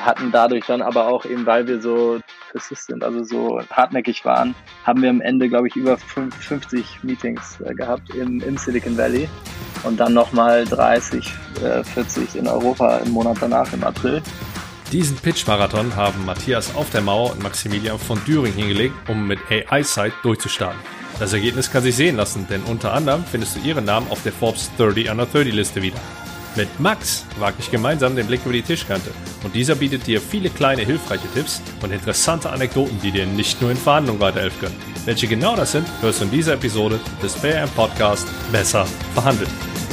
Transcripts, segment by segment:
hatten dadurch dann aber auch eben, weil wir so persistent, also so hartnäckig waren, haben wir am Ende, glaube ich, über 50 Meetings gehabt im Silicon Valley und dann nochmal 30, 40 in Europa im Monat danach, im April. Diesen Pitch-Marathon haben Matthias auf der Mauer und Maximilian von Düring hingelegt, um mit AI-Site durchzustarten. Das Ergebnis kann sich sehen lassen, denn unter anderem findest du ihren Namen auf der Forbes 30 Under 30 Liste wieder. Mit Max wage ich gemeinsam den Blick über die Tischkante und dieser bietet dir viele kleine hilfreiche Tipps und interessante Anekdoten, die dir nicht nur in Verhandlungen weiterhelfen können. Welche genau das sind, hörst du in dieser Episode des PM Podcast Besser verhandelt.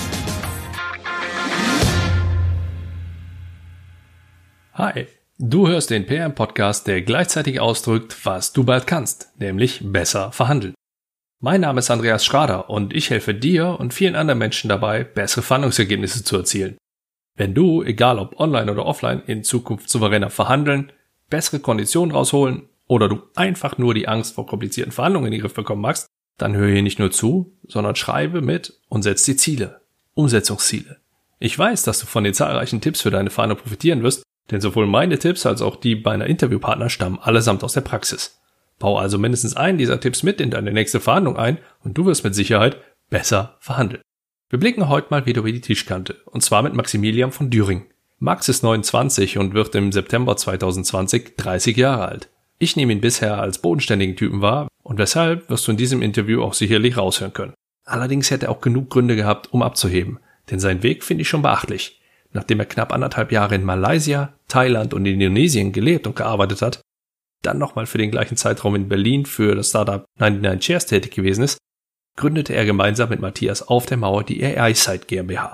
Hi, du hörst den PM Podcast, der gleichzeitig ausdrückt, was du bald kannst, nämlich besser verhandeln. Mein Name ist Andreas Schrader und ich helfe dir und vielen anderen Menschen dabei, bessere Verhandlungsergebnisse zu erzielen. Wenn du, egal ob online oder offline, in Zukunft souveräner verhandeln, bessere Konditionen rausholen oder du einfach nur die Angst vor komplizierten Verhandlungen in den Griff bekommen magst, dann höre hier nicht nur zu, sondern schreibe mit und setz die Ziele, Umsetzungsziele. Ich weiß, dass du von den zahlreichen Tipps für deine Verhandlung profitieren wirst, denn sowohl meine Tipps als auch die meiner Interviewpartner stammen allesamt aus der Praxis. Bau also mindestens einen dieser Tipps mit in deine nächste Verhandlung ein und du wirst mit Sicherheit besser verhandeln. Wir blicken heute mal wieder über die Tischkante und zwar mit Maximilian von Düring. Max ist 29 und wird im September 2020 30 Jahre alt. Ich nehme ihn bisher als bodenständigen Typen wahr und weshalb wirst du in diesem Interview auch sicherlich raushören können. Allerdings hätte er auch genug Gründe gehabt, um abzuheben, denn seinen Weg finde ich schon beachtlich. Nachdem er knapp 1,5 Jahre in Malaysia, Thailand und Indonesien gelebt und gearbeitet hat, dann nochmal für den gleichen Zeitraum in Berlin für das Startup 99 Chairs tätig gewesen ist, gründete er gemeinsam mit Matthias auf der Mauer die AI-Site GmbH.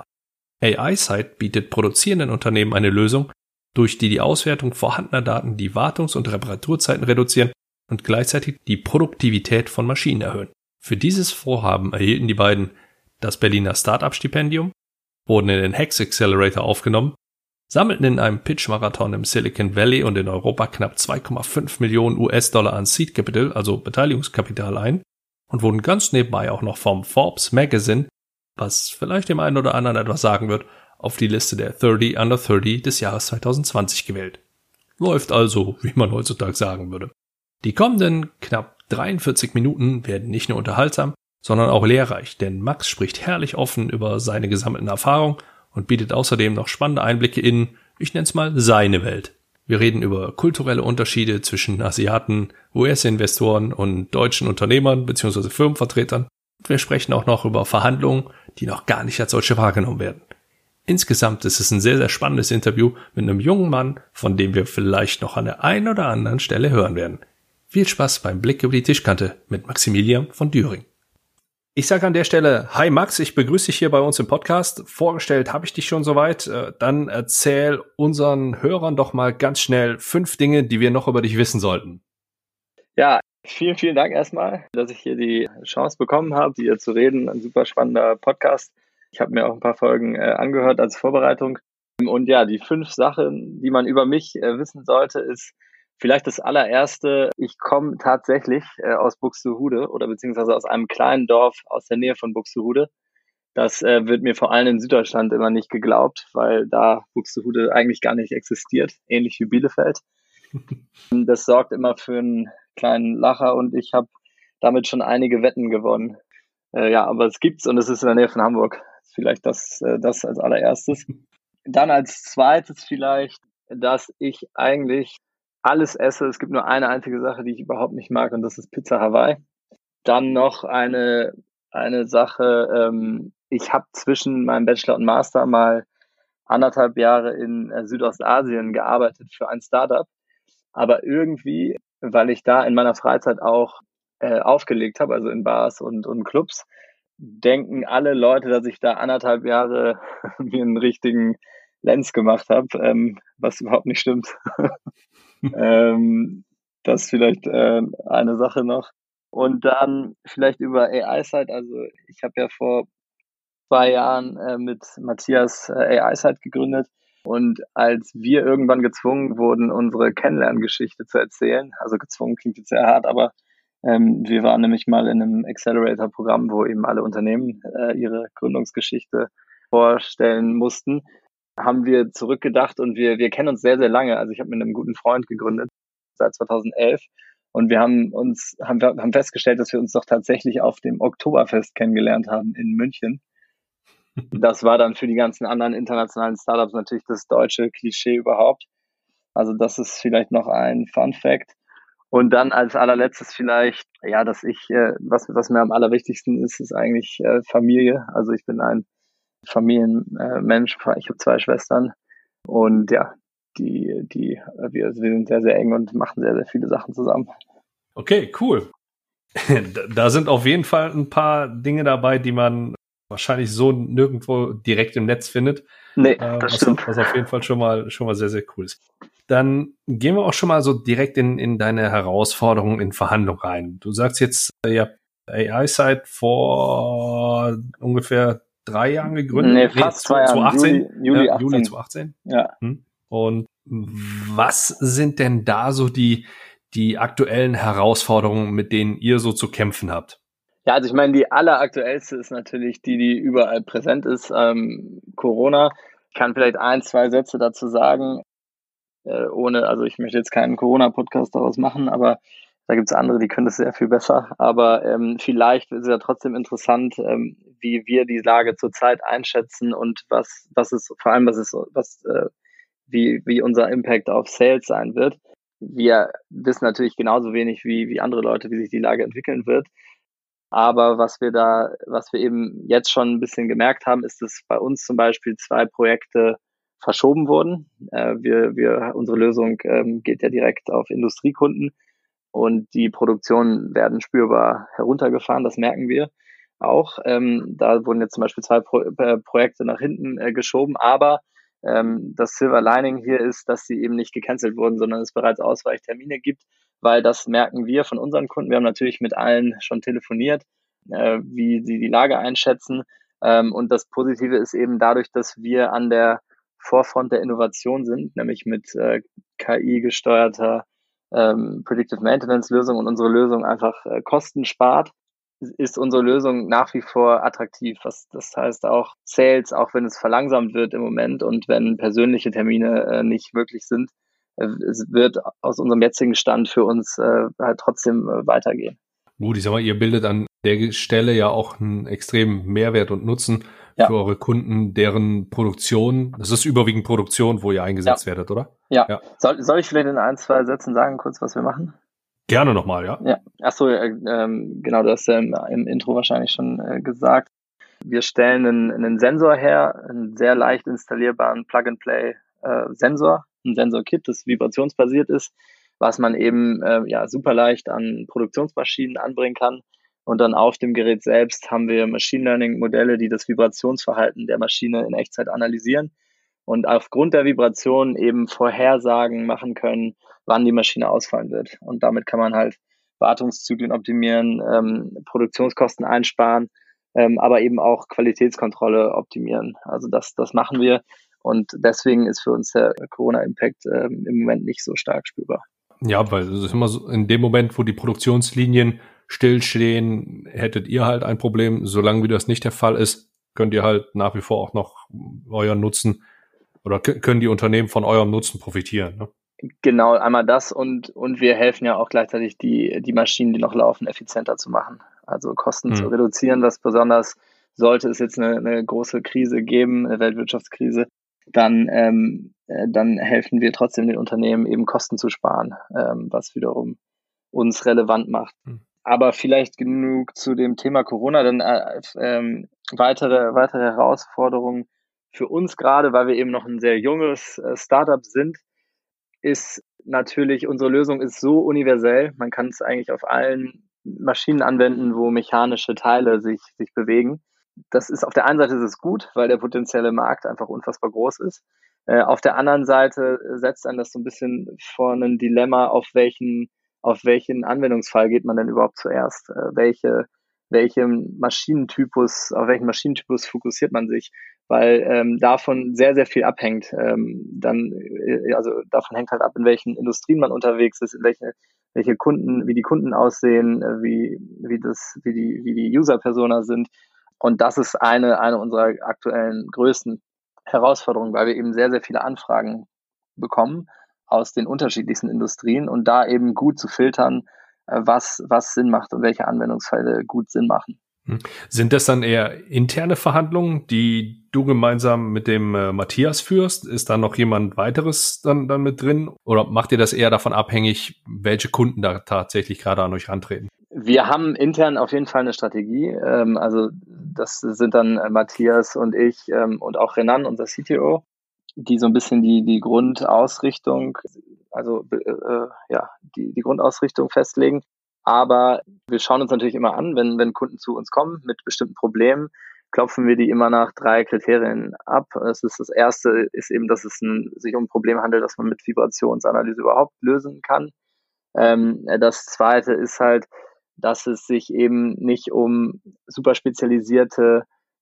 AI-Site bietet produzierenden Unternehmen eine Lösung, durch die Auswertung vorhandener Daten die Wartungs- und Reparaturzeiten reduzieren und gleichzeitig die Produktivität von Maschinen erhöhen. Für dieses Vorhaben erhielten die beiden das Berliner Startup-Stipendium, wurden in den Hex Accelerator aufgenommen, sammelten in einem Pitch-Marathon im Silicon Valley und in Europa knapp 2,5 Millionen US-Dollar an Seed Capital, also Beteiligungskapital ein und wurden ganz nebenbei auch noch vom Forbes Magazine, was vielleicht dem einen oder anderen etwas sagen wird, auf die Liste der 30 Under 30 des Jahres 2020 gewählt. Läuft also, wie man heutzutage sagen würde. Die kommenden knapp 43 Minuten werden nicht nur unterhaltsam, sondern auch lehrreich, denn Max spricht herrlich offen über seine gesammelten Erfahrungen und bietet außerdem noch spannende Einblicke in, ich nenne es mal, seine Welt. Wir reden über kulturelle Unterschiede zwischen Asiaten, US-Investoren und deutschen Unternehmern bzw. Firmenvertretern. Und wir sprechen auch noch über Verhandlungen, die noch gar nicht als solche wahrgenommen werden. Insgesamt ist es ein sehr, sehr spannendes Interview mit einem jungen Mann, von dem wir vielleicht noch an der einen oder anderen Stelle hören werden. Viel Spaß beim Blick über die Tischkante mit Maximilian von Düring. Ich sage an der Stelle, hi Max, ich begrüße dich hier bei uns im Podcast. Vorgestellt habe ich dich schon soweit. Dann erzähl unseren Hörern doch mal ganz schnell 5 Dinge, die wir noch über dich wissen sollten. Ja, vielen, vielen Dank erstmal, dass ich hier die Chance bekommen habe, hier zu reden. Ein super spannender Podcast. Ich habe mir auch ein paar Folgen angehört als Vorbereitung. Und ja, die 5 Sachen, die man über mich wissen sollte, ist vielleicht das allererste. Ich komme tatsächlich aus Buxtehude oder beziehungsweise aus einem kleinen Dorf aus der Nähe von Buxtehude. Das wird mir vor allem in Süddeutschland immer nicht geglaubt, weil da Buxtehude eigentlich gar nicht existiert, ähnlich wie Bielefeld. Das sorgt immer für einen kleinen Lacher und ich habe damit schon einige Wetten gewonnen. Ja, aber es gibt's und es ist in der Nähe von Hamburg. Vielleicht das als allererstes. Dann als zweites vielleicht, dass ich eigentlich alles esse. Es gibt nur eine einzige Sache, die ich überhaupt nicht mag und das ist Pizza Hawaii. Dann noch eine Sache. Ich habe zwischen meinem Bachelor und Master mal 1,5 Jahre in Südostasien gearbeitet für ein Startup. Aber irgendwie, weil ich da in meiner Freizeit auch aufgelegt habe, also in Bars und Clubs, denken alle Leute, dass ich da 1,5 Jahre mir einen richtigen Lenz gemacht habe, was überhaupt nicht stimmt. Das ist vielleicht eine Sache noch. Und dann vielleicht über AI-Site. Also ich habe ja vor 2 Jahren mit Matthias AI-Site gegründet. Und als wir irgendwann gezwungen wurden, unsere Kennenlerngeschichte zu erzählen, also gezwungen klingt jetzt sehr hart, aber wir waren nämlich mal in einem Accelerator-Programm, wo eben alle Unternehmen ihre Gründungsgeschichte vorstellen mussten. haben wir zurückgedacht und wir kennen uns sehr, sehr lange. Also ich habe mit einem guten Freund gegründet seit 2011 und wir haben festgestellt, dass wir uns doch tatsächlich auf dem Oktoberfest kennengelernt haben in München. Das war dann für die ganzen anderen internationalen Startups natürlich das deutsche Klischee überhaupt. Also das ist vielleicht noch ein Fun Fact. Und dann als allerletztes vielleicht, ja, was mir am allerwichtigsten ist, ist eigentlich Familie. Also ich bin ein Familienmensch. Ich habe 2 Schwestern und ja, wir sind sehr, sehr eng und machen sehr, sehr viele Sachen zusammen. Okay, cool. Da sind auf jeden Fall ein paar Dinge dabei, die man wahrscheinlich so nirgendwo direkt im Netz findet. Nee, das stimmt. Was auf jeden Fall schon mal sehr, sehr cool ist. Dann gehen wir auch schon mal so direkt in deine Herausforderungen in Verhandlungen rein. Du sagst jetzt, ihr habt AI-Site vor ungefähr 3 Jahren gegründet. Nee, fast 2 Jahren. 2018. Juli 18. Juli 2018. Ja. Und was sind denn da so die aktuellen Herausforderungen, mit denen ihr so zu kämpfen habt? Ja, also ich meine, die alleraktuellste ist natürlich die überall präsent ist, Corona. Ich kann vielleicht 1, 2 Sätze dazu sagen, also ich möchte jetzt keinen Corona-Podcast daraus machen, aber da gibt es andere, die können das sehr viel besser. Aber vielleicht ist es ja trotzdem interessant, wie wir die Lage zurzeit einschätzen und wie unser Impact auf Sales sein wird. Wir wissen natürlich genauso wenig wie andere Leute, wie sich die Lage entwickeln wird. Aber was wir eben jetzt schon ein bisschen gemerkt haben, ist, dass bei uns zum Beispiel 2 Projekte verschoben wurden. Unsere Lösung geht ja direkt auf Industriekunden und die Produktionen werden spürbar heruntergefahren. Das merken wir auch. Da wurden jetzt zum Beispiel 2 Projekte nach hinten geschoben, aber das Silver Lining hier ist, dass sie eben nicht gecancelt wurden, sondern es bereits Ausweichtermine gibt, weil das merken wir von unseren Kunden. Wir haben natürlich mit allen schon telefoniert, wie sie die Lage einschätzen. Und das Positive ist eben dadurch, dass wir an der Vorfront der Innovation sind, nämlich mit KI-gesteuerter Predictive Maintenance Lösung und unsere Lösung einfach Kosten spart, ist unsere Lösung nach wie vor attraktiv. Das heißt auch Sales, auch wenn es verlangsamt wird im Moment und wenn persönliche Termine nicht möglich sind, es wird aus unserem jetzigen Stand für uns halt trotzdem weitergehen. Gut, ich sag mal, ihr bildet an der Stelle ja auch einen extremen Mehrwert und Nutzen für eure Kunden, deren Produktion, das ist überwiegend Produktion, wo ihr eingesetzt werdet, oder? Ja. Soll ich vielleicht in 1, 2 Sätzen sagen, kurz, was wir machen? Gerne nochmal, ja. Ja, achso, genau, du hast ja im Intro wahrscheinlich schon gesagt. Wir stellen einen Sensor her, einen sehr leicht installierbaren Plug-and-Play-Sensor, ein Sensor-Kit, das vibrationsbasiert ist, was man eben super leicht an Produktionsmaschinen anbringen kann. Und dann auf dem Gerät selbst haben wir Machine Learning-Modelle, die das Vibrationsverhalten der Maschine in Echtzeit analysieren und aufgrund der Vibration eben Vorhersagen machen können, wann die Maschine ausfallen wird. Und damit kann man halt Wartungszyklen optimieren, Produktionskosten einsparen, aber eben auch Qualitätskontrolle optimieren. Also das machen wir und deswegen ist für uns der Corona-Impact im Moment nicht so stark spürbar. Ja, weil es ist immer so, in dem Moment, wo die Produktionslinien stillstehen, hättet ihr halt ein Problem. Solange wie das nicht der Fall ist, könnt ihr halt nach wie vor auch noch euren Nutzen oder können die Unternehmen von eurem Nutzen profitieren. Ne? Genau, einmal das und wir helfen ja auch gleichzeitig die Maschinen, die noch laufen, effizienter zu machen. Also Kosten zu reduzieren, was besonders sollte es jetzt eine große Krise geben, eine Weltwirtschaftskrise, dann helfen wir trotzdem den Unternehmen eben Kosten zu sparen, was wiederum uns relevant macht. Aber vielleicht genug zu dem Thema Corona, dann weitere Herausforderungen für uns gerade, weil wir eben noch ein sehr junges Startup sind, ist natürlich, unsere Lösung ist so universell, man kann es eigentlich auf allen Maschinen anwenden, wo mechanische Teile sich bewegen. Das ist auf der einen Seite ist es gut, weil der potenzielle Markt einfach unfassbar groß ist. Auf der anderen Seite setzt einen das so ein bisschen vor ein Dilemma, auf welchen Anwendungsfall geht man denn überhaupt zuerst? Auf welchen Maschinentypus fokussiert man sich? Weil davon sehr, sehr viel abhängt. Also davon hängt halt ab, in welchen Industrien man unterwegs ist, in welche Kunden, wie die Kunden aussehen, wie die User-Persona sind. Und das ist eine unserer aktuellen größten Herausforderung, weil wir eben sehr, sehr viele Anfragen bekommen aus den unterschiedlichsten Industrien und da eben gut zu filtern, was Sinn macht und welche Anwendungsfälle gut Sinn machen. Sind das dann eher interne Verhandlungen, die du gemeinsam mit dem Matthias führst? Ist da noch jemand weiteres dann mit drin? Oder macht ihr das eher davon abhängig, welche Kunden da tatsächlich gerade an euch rantreten? Wir haben intern auf jeden Fall eine Strategie. Also das sind dann Matthias und ich und auch Renan, unser CTO, die so ein bisschen die Grundausrichtung, also die Grundausrichtung festlegen. Aber wir schauen uns natürlich immer an, wenn Kunden zu uns kommen mit bestimmten Problemen, klopfen wir die immer nach 3 Kriterien ab. Das erste ist eben, dass es sich um ein Problem handelt, das man mit Vibrationsanalyse überhaupt lösen kann. Das zweite ist halt, dass es sich eben nicht um super spezialisierte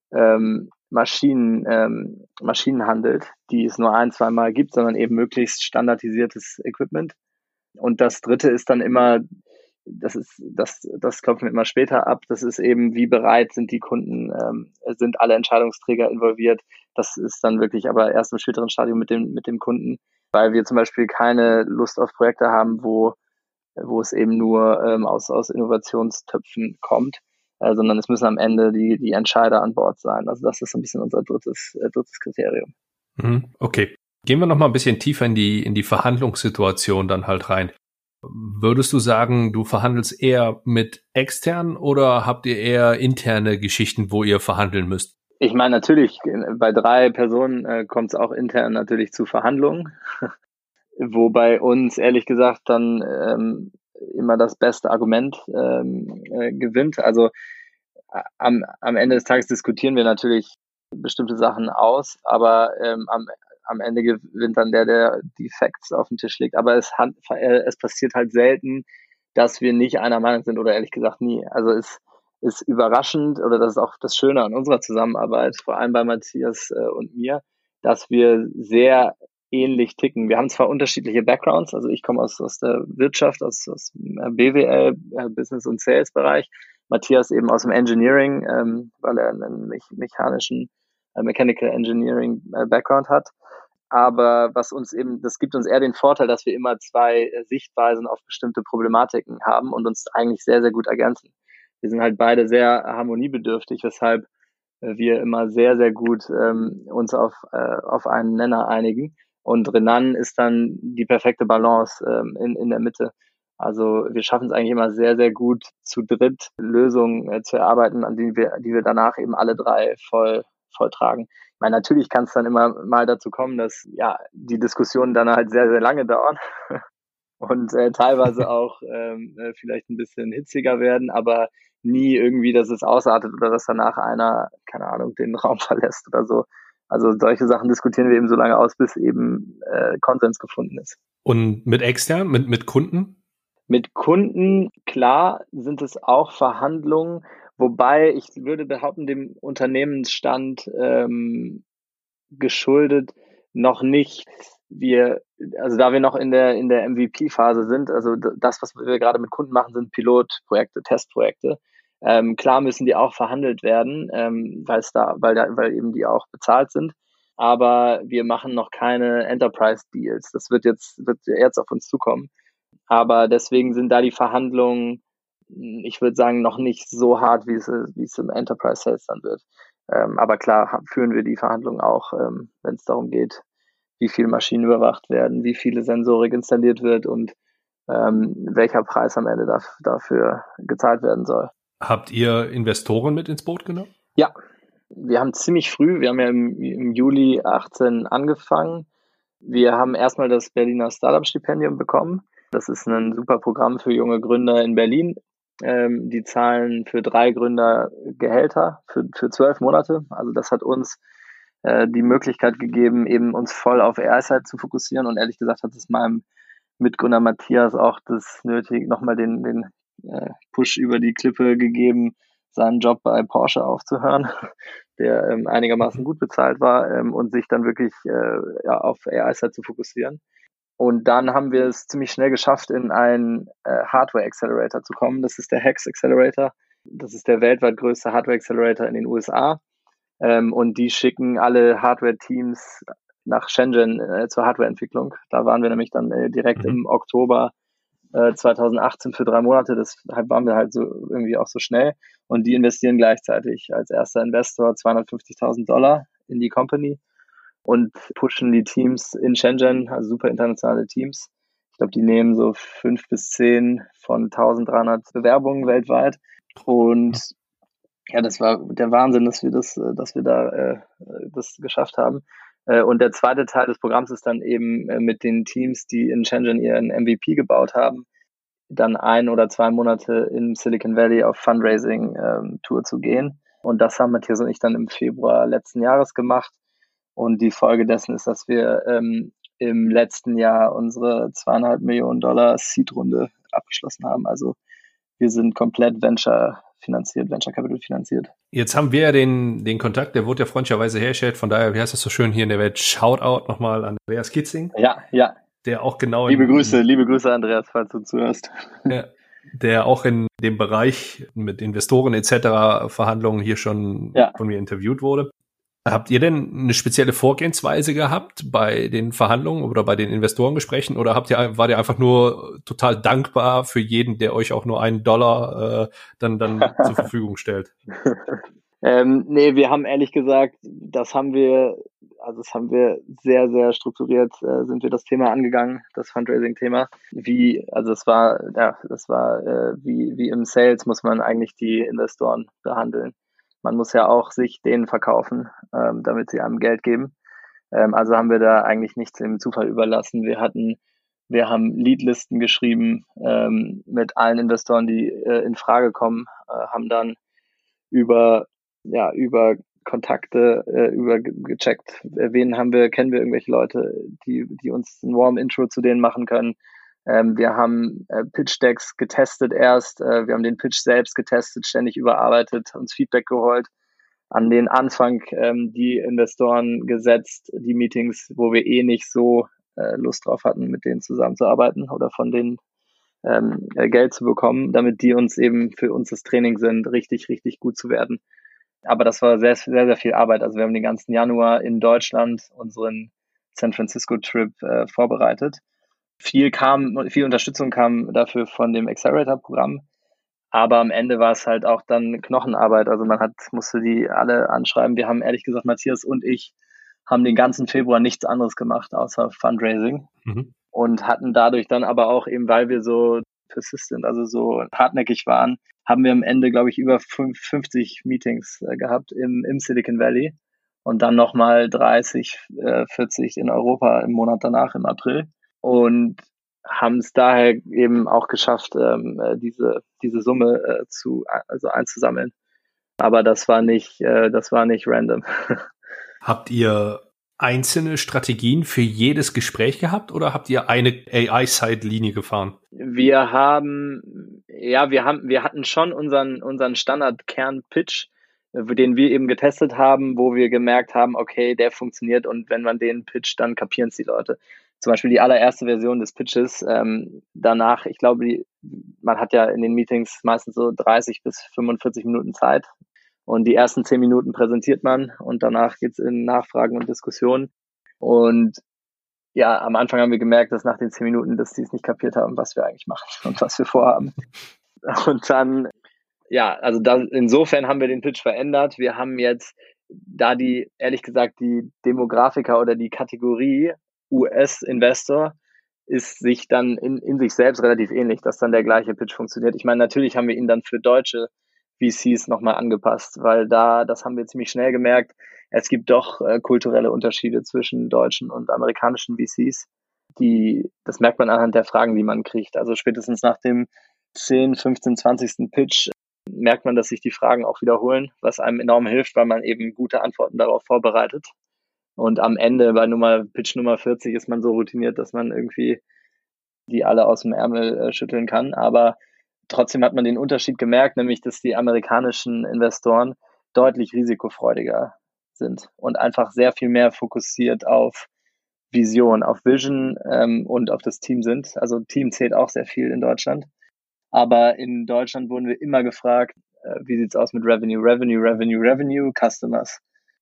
Maschinen handelt, die es nur 1-2 Mal gibt, sondern eben möglichst standardisiertes Equipment. Und das dritte ist dann immer, das klopfen wir immer später ab, das ist eben, wie bereit sind die Kunden, sind alle Entscheidungsträger involviert. Das ist dann wirklich aber erst im späteren Stadium mit dem Kunden, weil wir zum Beispiel keine Lust auf Projekte haben, wo es eben nur aus Innovationstöpfen kommt, sondern es müssen am Ende die Entscheider an Bord sein. Also das ist so ein bisschen unser drittes Kriterium. Okay. Gehen wir noch mal ein bisschen tiefer in die Verhandlungssituation dann halt rein. Würdest du sagen, du verhandelst eher mit externen oder habt ihr eher interne Geschichten, wo ihr verhandeln müsst? Ich meine, natürlich, bei 3 Personen kommt es auch intern natürlich zu Verhandlungen, wobei uns ehrlich gesagt dann immer das beste Argument gewinnt. Also am Ende des Tages diskutieren wir natürlich bestimmte Sachen aus, aber am Ende gewinnt dann der die Facts auf den Tisch legt. Aber es passiert halt selten, dass wir nicht einer Meinung sind oder ehrlich gesagt nie. Also es ist überraschend oder das ist auch das Schöne an unserer Zusammenarbeit, vor allem bei Matthias und mir, dass wir sehr ähnlich ticken. Wir haben zwar unterschiedliche Backgrounds, also ich komme aus der Wirtschaft, aus BWL, Business- und Sales-Bereich, Matthias eben aus dem Engineering, weil er einen mechanischen Mechanical Engineering Background hat. Aber das gibt uns eher den Vorteil, dass wir immer 2 Sichtweisen auf bestimmte Problematiken haben und uns eigentlich sehr, sehr gut ergänzen. Wir sind halt beide sehr harmoniebedürftig, weshalb wir immer sehr, sehr gut uns auf einen Nenner einigen. Und Renan ist dann die perfekte Balance in der Mitte. Also wir schaffen es eigentlich immer sehr, sehr gut, zu dritt Lösungen zu erarbeiten, an die wir danach eben alle 3 voll tragen. Ich meine, natürlich kann es dann immer mal dazu kommen, dass ja die Diskussionen dann halt sehr, sehr lange dauern und teilweise auch vielleicht ein bisschen hitziger werden, aber nie irgendwie, dass es ausartet oder dass danach einer, keine Ahnung, den Raum verlässt oder so. Also solche Sachen diskutieren wir eben so lange aus, bis eben Konsens gefunden ist. Und mit extern, mit Kunden? Mit Kunden, klar, sind es auch Verhandlungen, wobei ich würde behaupten, dem Unternehmensstand geschuldet noch nicht. Also da wir noch in der MVP-Phase sind, also das, was wir gerade mit Kunden machen, sind Pilotprojekte, Testprojekte. Klar müssen die auch verhandelt werden, weil eben die auch bezahlt sind. Aber wir machen noch keine Enterprise-Deals. Das wird jetzt auf uns zukommen. Aber deswegen sind da die Verhandlungen, ich würde sagen, noch nicht so hart, wie es im Enterprise Sales dann wird. Aber klar führen wir die Verhandlungen auch, wenn es darum geht, wie viele Maschinen überwacht werden, wie viele Sensorik installiert wird und welcher Preis am Ende dafür gezahlt werden soll. Habt ihr Investoren mit ins Boot genommen? Ja, wir haben ziemlich früh, wir haben ja im Juli 18 angefangen. Wir haben erstmal das Berliner Startup-Stipendium bekommen. Das ist ein super Programm für junge Gründer in Berlin. Die zahlen für 3 Gründer Gehälter für 12 Monate. Also das hat uns die Möglichkeit gegeben, eben uns voll auf AI-Side zu fokussieren. Und ehrlich gesagt hat es meinem Mitgründer Matthias auch das nötig, nochmal den Push über die Klippe gegeben, seinen Job bei Porsche aufzuhören, der einigermaßen gut bezahlt war und sich dann wirklich auf AI-Side zu fokussieren. Und dann haben wir es ziemlich schnell geschafft, in einen Hardware Accelerator zu kommen. Das ist der HEX Accelerator. Das ist der weltweit größte Hardware Accelerator in den USA. Und die schicken alle Hardware-Teams nach Shenzhen zur Hardware-Entwicklung. Da waren wir nämlich dann direkt im Oktober 2018 für 3 Monate. Deshalb waren wir halt so irgendwie auch so schnell. Und die investieren gleichzeitig als erster Investor $250.000 in die Company und pushen die Teams in Shenzhen, also super internationale Teams. Ich glaube, die nehmen so 5 bis 10 von 1300 Bewerbungen weltweit. Und ja, das war der Wahnsinn, dass wir da das geschafft haben. Und der zweite Teil des Programms ist dann eben mit den Teams, die in Shenzhen ihren MVP gebaut haben, dann 1 oder 2 Monate im Silicon Valley auf Fundraising-Tour zu gehen. Und das haben Matthias und ich dann im Februar letzten Jahres gemacht. Und die Folge dessen ist, dass wir im letzten Jahr unsere $2,5 Millionen Seed-Runde abgeschlossen haben. Also wir sind komplett Venture Capital finanziert. Jetzt haben wir ja den Kontakt, der wurde ja freundlicherweise hergestellt, von daher, wie heißt das so schön hier in der Welt, Shoutout nochmal an Andreas Kitzing. Ja. Der auch genau liebe Grüße Andreas, falls du zuhörst. Ja, der auch in dem Bereich mit Investoren etc. Verhandlungen hier schon von mir interviewt wurde. Habt ihr denn eine spezielle Vorgehensweise gehabt bei den Verhandlungen oder bei den Investorengesprächen oder wart ihr einfach nur total dankbar für jeden, der euch auch nur $1 dann zur Verfügung stellt? Nee, wir haben ehrlich gesagt, das haben wir sehr, sehr strukturiert, sind wir das Thema angegangen, das Fundraising-Thema. Wie im Sales muss man eigentlich die Investoren behandeln. Man muss ja auch sich denen verkaufen, damit sie einem Geld geben. Also haben wir da eigentlich nichts dem Zufall überlassen. Wir haben Leadlisten geschrieben mit allen Investoren, die in Frage kommen, haben dann über Kontakte gecheckt, kennen wir irgendwelche Leute, die uns ein Warm Intro zu denen machen können. Wir haben Pitch Decks getestet erst, wir haben den Pitch selbst getestet, ständig überarbeitet, uns Feedback geholt, an den Anfang die Investoren gesetzt, die Meetings, wo wir nicht so Lust drauf hatten, mit denen zusammenzuarbeiten oder von denen Geld zu bekommen, damit die uns eben für uns das Training sind, richtig, richtig gut zu werden. Aber das war sehr, sehr, sehr viel Arbeit. Also wir haben den ganzen Januar in Deutschland unseren San Francisco-Trip vorbereitet. Viel Unterstützung kam dafür von dem Accelerator-Programm. Aber am Ende war es halt auch dann Knochenarbeit. Also musste die alle anschreiben. Wir haben ehrlich gesagt, Matthias und ich haben den ganzen Februar nichts anderes gemacht, außer Fundraising. Und hatten dadurch dann aber auch eben, weil wir so persistent, also so hartnäckig waren, haben wir am Ende, glaube ich, über 50 Meetings gehabt im Silicon Valley und dann nochmal 30, 40 in Europa im Monat danach, im April. Und haben es daher eben auch geschafft, diese Summe einzusammeln. Aber das war nicht random. Habt ihr einzelne Strategien für jedes Gespräch gehabt oder habt ihr eine AI-Side-Linie gefahren? Wir hatten schon unseren Standard-Kern-Pitch, den wir eben getestet haben, wo wir gemerkt haben, okay, der funktioniert und wenn man den pitcht, dann kapieren es die Leute. Zum Beispiel die allererste Version des Pitches. Danach, ich glaube, man hat ja in den Meetings meistens so 30 bis 45 Minuten Zeit. Und die ersten 10 Minuten präsentiert man und danach geht's in Nachfragen und Diskussionen. Und ja, am Anfang haben wir gemerkt, dass nach den 10 Minuten, dass die es nicht kapiert haben, was wir eigentlich machen und was wir vorhaben. Und dann, insofern haben wir den Pitch verändert. Wir haben jetzt, ehrlich gesagt, die Demographiker oder die Kategorie US-Investor ist sich dann in sich selbst relativ ähnlich, dass dann der gleiche Pitch funktioniert. Ich meine, natürlich haben wir ihn dann für deutsche VCs nochmal angepasst, weil das haben wir ziemlich schnell gemerkt, es gibt doch kulturelle Unterschiede zwischen deutschen und amerikanischen VCs. Das merkt man anhand der Fragen, die man kriegt. Also spätestens nach dem 10., 15., 20. Pitch merkt man, dass sich die Fragen auch wiederholen, was einem enorm hilft, weil man eben gute Antworten darauf vorbereitet. Und am Ende bei Pitch Nummer 40 ist man so routiniert, dass man irgendwie die alle aus dem Ärmel schütteln kann. Aber trotzdem hat man den Unterschied gemerkt, nämlich dass die amerikanischen Investoren deutlich risikofreudiger sind und einfach sehr viel mehr fokussiert auf Vision, auf Vision und auf das Team sind. Also Team zählt auch sehr viel in Deutschland. Aber in Deutschland wurden wir immer gefragt, wie sieht's aus mit Revenue, Customers.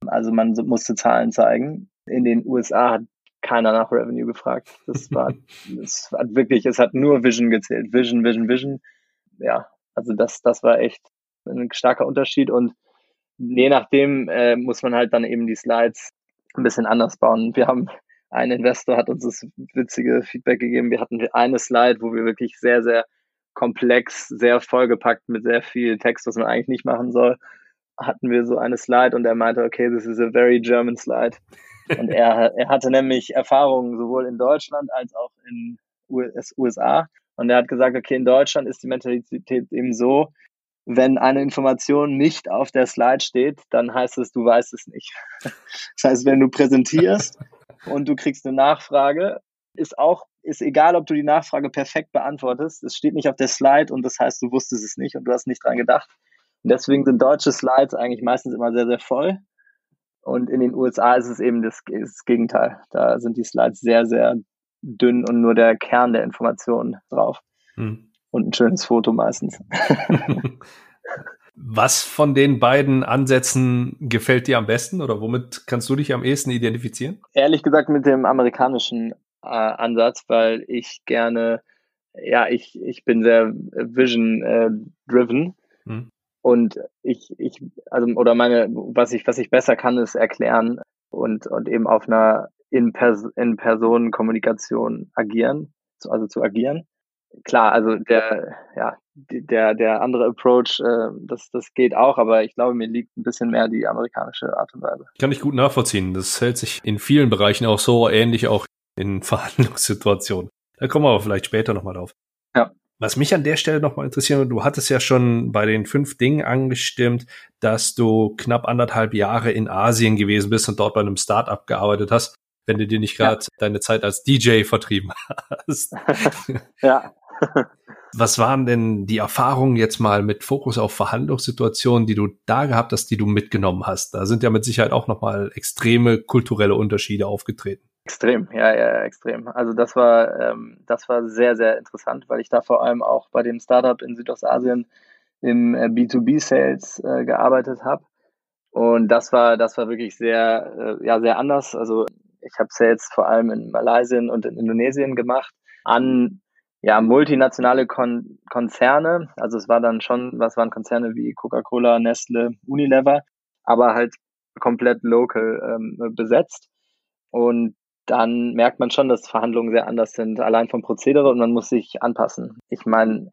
Also man musste Zahlen zeigen. In den USA hat keiner nach Revenue gefragt. Es hat nur Vision gezählt. Vision, Vision, Vision. Ja, also das war echt ein starker Unterschied und je nachdem muss man halt dann eben die Slides ein bisschen anders bauen. Ein Investor hat uns das witzige Feedback gegeben. Wir hatten eine Slide, wo wir wirklich sehr, sehr komplex, sehr vollgepackt mit sehr viel Text, was man eigentlich nicht machen soll, hatten wir so eine Slide und er meinte, okay, this is a very German slide. Und er hatte nämlich Erfahrungen sowohl in Deutschland als auch in USA. Und er hat gesagt, okay, in Deutschland ist die Mentalität eben so, wenn eine Information nicht auf der Slide steht, dann heißt es, du weißt es nicht. Das heißt, wenn du präsentierst und du kriegst eine Nachfrage, ist egal, ob du die Nachfrage perfekt beantwortest. Es steht nicht auf der Slide und das heißt, du wusstest es nicht und du hast nicht dran gedacht. Und deswegen sind deutsche Slides eigentlich meistens immer sehr, sehr voll. Und in den USA ist es eben das Gegenteil. Da sind die Slides sehr, sehr dünn und nur der Kern der Informationen drauf. Und ein schönes Foto meistens. Was von den beiden Ansätzen gefällt dir am besten oder womit kannst du dich am ehesten identifizieren? Ehrlich gesagt mit dem amerikanischen Ansatz, weil ich gerne, ich bin sehr vision-driven und was ich besser kann, ist erklären und eben auf einer In-Personen-Kommunikation agieren, also zu agieren. Klar, also der andere Approach, das geht auch, aber ich glaube, mir liegt ein bisschen mehr die amerikanische Art und Weise. Kann ich gut nachvollziehen. Das hält sich in vielen Bereichen auch so ähnlich, auch in Verhandlungssituationen. Da kommen wir aber vielleicht später nochmal drauf. Ja. Was mich an der Stelle nochmal interessiert, du hattest ja schon bei den 5 Dingen angestimmt, dass du knapp 1,5 Jahre in Asien gewesen bist und dort bei einem Startup gearbeitet hast, wenn du dir nicht gerade deine Zeit als DJ vertrieben hast. Ja. Was waren denn die Erfahrungen jetzt mal mit Fokus auf Verhandlungssituationen, die du da gehabt hast, die du mitgenommen hast? Da sind ja mit Sicherheit auch nochmal extreme kulturelle Unterschiede aufgetreten. Extrem, ja, extrem. Also das war sehr, sehr interessant, weil ich da vor allem auch bei dem Startup in Südostasien im B2B-Sales gearbeitet habe. Und das war wirklich sehr, sehr anders. Also ich habe Sales vor allem in Malaysia und in Indonesien gemacht an multinationale Konzerne. Also es war dann schon, was waren Konzerne wie Coca-Cola, Nestle, Unilever, aber halt komplett local besetzt. Und dann merkt man schon, dass Verhandlungen sehr anders sind, allein vom Prozedere und man muss sich anpassen. Ich meine,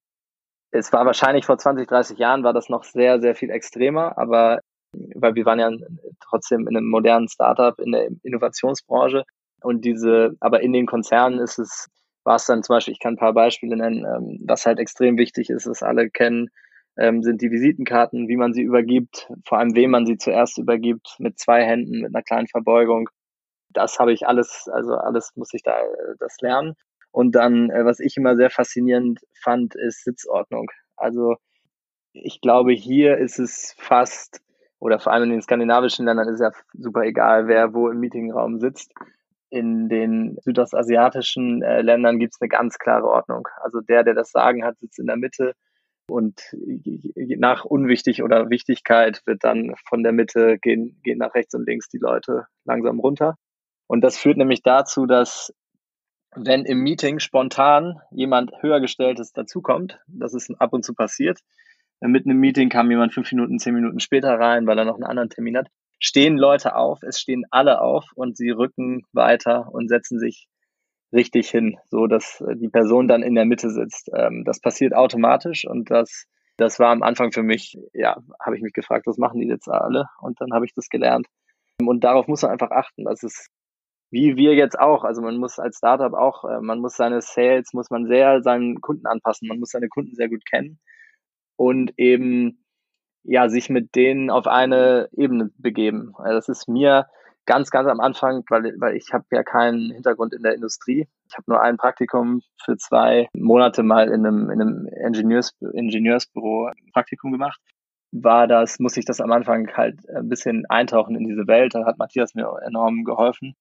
es war wahrscheinlich vor 20, 30 Jahren war das noch sehr, sehr viel extremer, aber weil wir waren ja trotzdem in einem modernen Startup in der Innovationsbranche und aber in den Konzernen war es dann zum Beispiel, ich kann ein paar Beispiele nennen, was halt extrem wichtig ist, was alle kennen, sind die Visitenkarten, wie man sie übergibt, vor allem wem man sie zuerst übergibt, mit 2 Händen, mit einer kleinen Verbeugung. Das habe ich alles muss ich das lernen. Und dann, was ich immer sehr faszinierend fand, ist Sitzordnung. Also ich glaube, hier ist es fast, oder vor allem in den skandinavischen Ländern ist ja super egal, wer wo im Meetingraum sitzt. In den südostasiatischen Ländern gibt es eine ganz klare Ordnung. Also der das Sagen hat, sitzt in der Mitte und nach unwichtig oder Wichtigkeit wird dann von der Mitte gehen nach rechts und links die Leute langsam runter. Und das führt nämlich dazu, dass wenn im Meeting spontan jemand Höhergestelltes dazukommt, das ist ab und zu passiert, mitten im Meeting kam jemand 5 Minuten, 10 Minuten später rein, weil er noch einen anderen Termin hat, stehen Leute auf, es stehen alle auf und sie rücken weiter und setzen sich richtig hin, so dass die Person dann in der Mitte sitzt. Das passiert automatisch und das war am Anfang für mich, habe ich mich gefragt, was machen die jetzt alle? Und dann habe ich das gelernt. Und darauf muss man einfach achten. Das ist wie wir jetzt auch. Also man muss als Startup auch, man muss seine Sales, muss man sehr seinen Kunden anpassen. Man muss seine Kunden sehr gut kennen und eben sich mit denen auf eine Ebene begeben. Also das ist mir ganz, ganz am Anfang, weil ich habe ja keinen Hintergrund in der Industrie. Ich habe nur ein Praktikum für 2 Monate mal in einem Ingenieursbüro Praktikum gemacht. Muss ich das am Anfang halt ein bisschen eintauchen in diese Welt. Da hat Matthias mir enorm geholfen.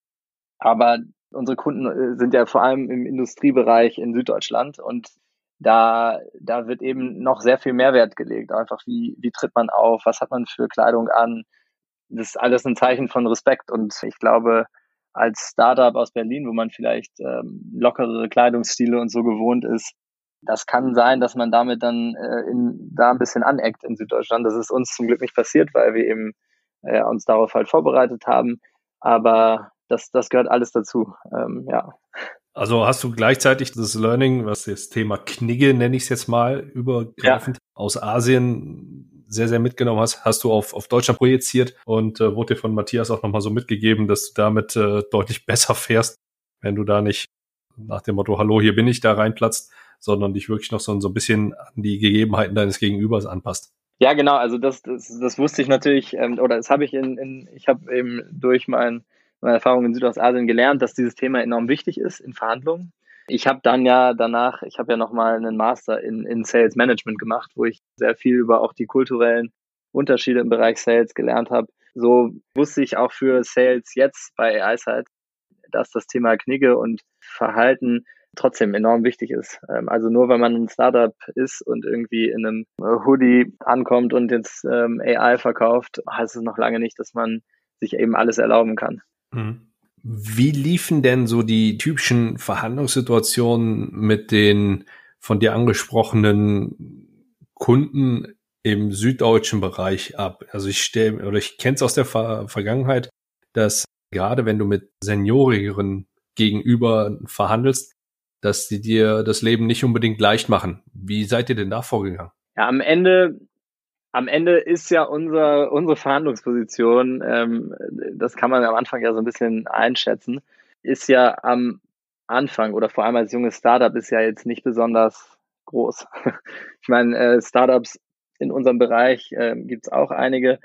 Aber unsere Kunden sind ja vor allem im Industriebereich in Süddeutschland und da wird eben noch sehr viel Mehrwert gelegt. Einfach wie tritt man auf, was hat man für Kleidung an, das ist alles ein Zeichen von Respekt. Und ich glaube, als Startup aus Berlin, wo man vielleicht lockerere Kleidungsstile und so gewohnt ist, das kann sein, dass man damit dann da ein bisschen aneckt in Süddeutschland. Das ist uns zum Glück nicht passiert, weil wir eben uns darauf halt vorbereitet haben. Aber das gehört alles dazu. Ja. Also hast du gleichzeitig das Learning, was das Thema Knigge, nenne ich es jetzt mal, übergreifend aus Asien sehr, sehr mitgenommen hast du auf Deutschland projiziert und wurde dir von Matthias auch nochmal so mitgegeben, dass du damit deutlich besser fährst, wenn du da nicht nach dem Motto, hallo, hier bin ich, da reinplatzt, sondern dich wirklich noch so ein bisschen an die Gegebenheiten deines Gegenübers anpasst. Ja, genau, also das wusste ich natürlich, oder das habe ich ich habe eben durch meine Erfahrung in Südostasien gelernt, dass dieses Thema enorm wichtig ist in Verhandlungen. Ich habe dann ja danach, ich habe ja nochmal einen Master in Sales Management gemacht, wo ich sehr viel über auch die kulturellen Unterschiede im Bereich Sales gelernt habe. So wusste ich auch für Sales jetzt bei AIsight, dass das Thema Knigge und Verhalten trotzdem enorm wichtig ist. Also nur weil man ein Startup ist und irgendwie in einem Hoodie ankommt und jetzt AI verkauft, heißt es noch lange nicht, dass man sich eben alles erlauben kann. Wie liefen denn so die typischen Verhandlungssituationen mit den von dir angesprochenen Kunden im süddeutschen Bereich ab? Also ich kenne es aus der Vergangenheit, dass gerade wenn du mit seniorigeren gegenüber verhandelst, dass die dir das Leben nicht unbedingt leicht machen. Wie seid ihr denn da vorgegangen? Ja, am Ende ist ja unsere Verhandlungsposition, das kann man am Anfang ja so ein bisschen einschätzen, ist ja am Anfang oder vor allem als junges Startup ist ja jetzt nicht besonders groß. Ich meine, Startups in unserem Bereich gibt es auch einige.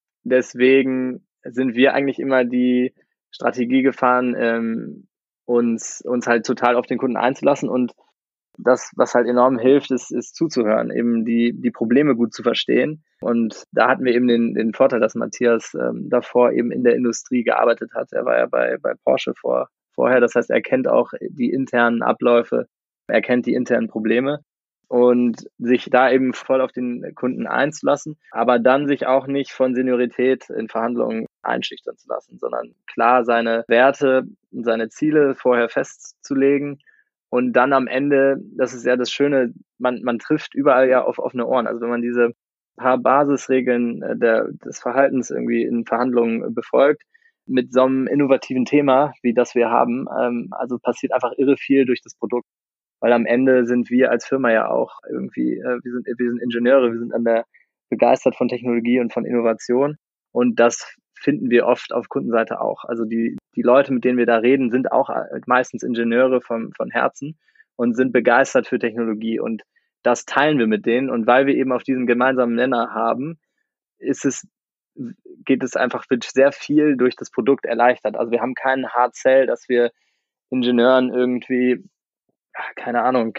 Deswegen sind wir eigentlich immer die Strategie gefahren, uns halt total auf den Kunden einzulassen und das, was halt enorm hilft, ist zuzuhören, eben die Probleme gut zu verstehen. Und da hatten wir eben den Vorteil, dass Matthias davor eben in der Industrie gearbeitet hat. Er war ja bei Porsche vorher. Das heißt, er kennt auch die internen Abläufe, er kennt die internen Probleme und sich da eben voll auf den Kunden einzulassen, aber dann sich auch nicht von Seniorität in Verhandlungen einschüchtern zu lassen, sondern klar seine Werte und seine Ziele vorher festzulegen. Und dann am Ende, das ist ja das Schöne, man trifft überall ja auf offene Ohren. Also wenn man diese paar Basisregeln des Verhaltens irgendwie in Verhandlungen befolgt, mit so einem innovativen Thema, wie das wir haben, also passiert einfach irre viel durch das Produkt. Weil am Ende sind wir als Firma ja auch irgendwie, wir sind Ingenieure, wir sind begeistert von Technologie und von Innovation. Und das finden wir oft auf Kundenseite auch. Also die Leute, mit denen wir da reden, sind auch meistens Ingenieure von Herzen und sind begeistert für Technologie. Und das teilen wir mit denen. Und weil wir eben auf diesen gemeinsamen Nenner haben, geht es einfach, wird sehr viel durch das Produkt erleichtert. Also wir haben keinen Hard Sell, dass wir Ingenieuren irgendwie, keine Ahnung,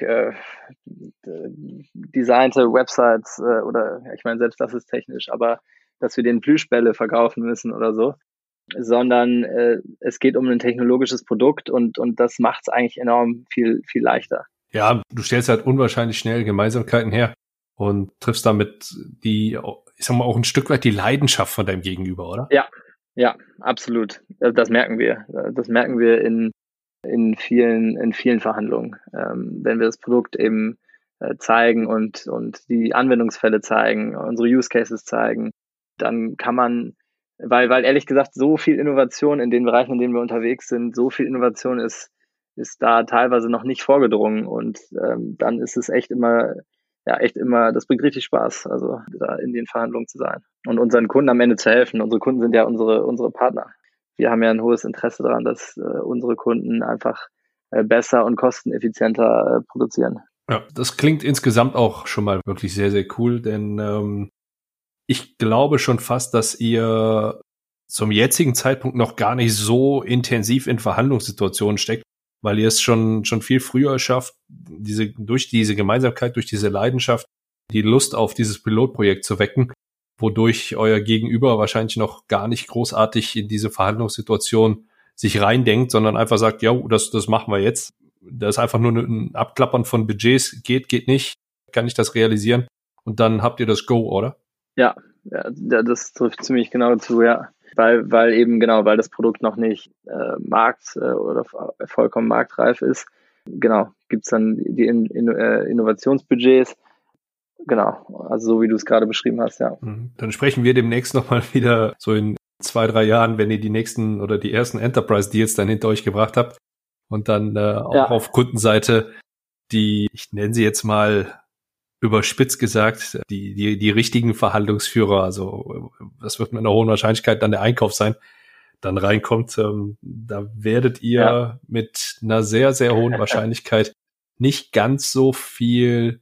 designte Websites oder ich meine, selbst das ist technisch, aber dass wir den Plüschbälle verkaufen müssen oder so, sondern es geht um ein technologisches Produkt und das macht es eigentlich enorm viel leichter. Ja, du stellst halt unwahrscheinlich schnell Gemeinsamkeiten her und triffst damit ich sag mal, auch ein Stück weit die Leidenschaft von deinem Gegenüber, oder? Ja, absolut. Das merken wir. Das merken wir in vielen Verhandlungen. Wenn wir das Produkt eben zeigen und die Anwendungsfälle zeigen, unsere Use Cases zeigen, dann kann man, weil ehrlich gesagt so viel Innovation in den Bereichen, in denen wir unterwegs sind, so viel Innovation ist da teilweise noch nicht vorgedrungen und dann ist es echt immer, das bringt richtig Spaß, also da in den Verhandlungen zu sein und unseren Kunden am Ende zu helfen. Unsere Kunden sind ja unsere Partner. Wir haben ja ein hohes Interesse daran, dass unsere Kunden einfach besser und kosteneffizienter produzieren. Ja, das klingt insgesamt auch schon mal wirklich sehr, sehr cool, denn ich glaube schon fast, dass ihr zum jetzigen Zeitpunkt noch gar nicht so intensiv in Verhandlungssituationen steckt, weil ihr es schon viel früher schafft, durch diese Gemeinsamkeit, durch diese Leidenschaft, die Lust auf dieses Pilotprojekt zu wecken, wodurch euer Gegenüber wahrscheinlich noch gar nicht großartig in diese Verhandlungssituation sich reindenkt, sondern einfach sagt, ja, das machen wir jetzt. Das ist einfach nur ein Abklappern von Budgets, geht nicht, kann ich das realisieren und dann habt ihr das Go, oder? Ja, Ja, das trifft ziemlich genau zu, ja. Weil eben genau, weil das Produkt noch nicht oder vollkommen marktreif ist. Genau, gibt's dann die Innovationsbudgets. Genau, also so wie du es gerade beschrieben hast, ja. Dann sprechen wir demnächst nochmal wieder so in 2-3 Jahren, wenn ihr die nächsten oder die ersten Enterprise-Deals dann hinter euch gebracht habt und dann auch auf Kundenseite die, ich nenne sie jetzt mal überspitzt gesagt, die richtigen Verhandlungsführer, also das wird mit einer hohen Wahrscheinlichkeit dann der Einkauf sein, dann reinkommt, da werdet ihr mit einer sehr, sehr hohen Wahrscheinlichkeit nicht ganz so viel,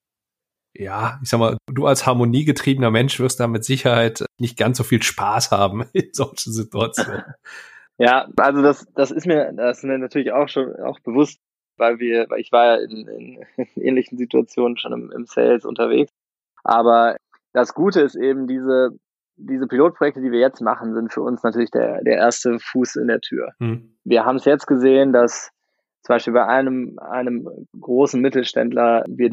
ja, ich sag mal, du als harmoniegetriebener Mensch wirst da mit Sicherheit nicht ganz so viel Spaß haben in solchen Situationen. Ja, also das ist mir natürlich auch bewusst, weil ich war ja in ähnlichen Situationen schon im Sales unterwegs. Aber das Gute ist eben, diese Pilotprojekte, die wir jetzt machen, sind für uns natürlich der erste Fuß in der Tür. Wir haben es jetzt gesehen, dass zum Beispiel bei einem großen Mittelständler wir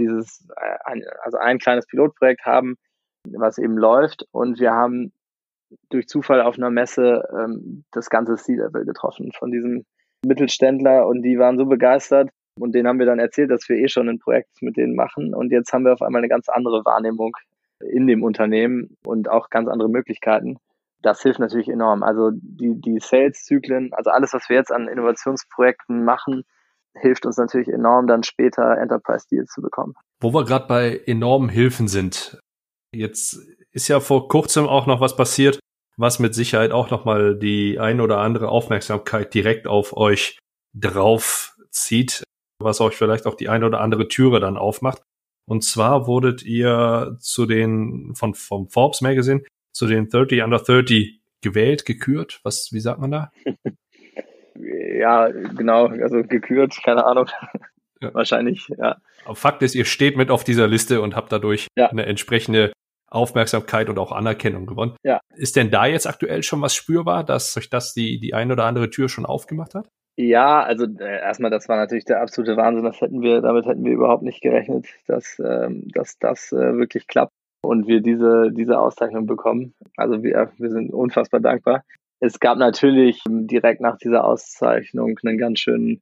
ein kleines Pilotprojekt haben, was eben läuft, und wir haben durch Zufall auf einer Messe das ganze C-Level getroffen von diesem Mittelständler, und die waren so begeistert, und denen haben wir dann erzählt, dass wir schon ein Projekt mit denen machen, und jetzt haben wir auf einmal eine ganz andere Wahrnehmung in dem Unternehmen und auch ganz andere Möglichkeiten. Das hilft natürlich enorm. Also die Sales-Zyklen, also alles, was wir jetzt an Innovationsprojekten machen, hilft uns natürlich enorm, dann später Enterprise-Deals zu bekommen. Wo wir gerade bei enormen Hilfen sind, jetzt ist ja vor kurzem auch noch was passiert, was mit Sicherheit auch nochmal die ein oder andere Aufmerksamkeit direkt auf euch drauf zieht, was euch vielleicht auch die ein oder andere Türe dann aufmacht. Und zwar wurdet ihr vom Forbes Magazine zu den 30 Under 30 gewählt, gekürt. Wie sagt man da? Ja, genau, also gekürt, keine Ahnung. Ja. Wahrscheinlich, ja. Aber Fakt ist, ihr steht mit auf dieser Liste und habt dadurch eine entsprechende Aufmerksamkeit und auch Anerkennung gewonnen. Ja. Ist denn da jetzt aktuell schon was spürbar, dass euch das die ein oder andere Tür schon aufgemacht hat? Ja, also erstmal, das war natürlich der absolute Wahnsinn. Damit hätten wir überhaupt nicht gerechnet, dass das wirklich klappt und wir diese Auszeichnung bekommen. Also wir sind unfassbar dankbar. Es gab natürlich direkt nach dieser Auszeichnung einen ganz schönen,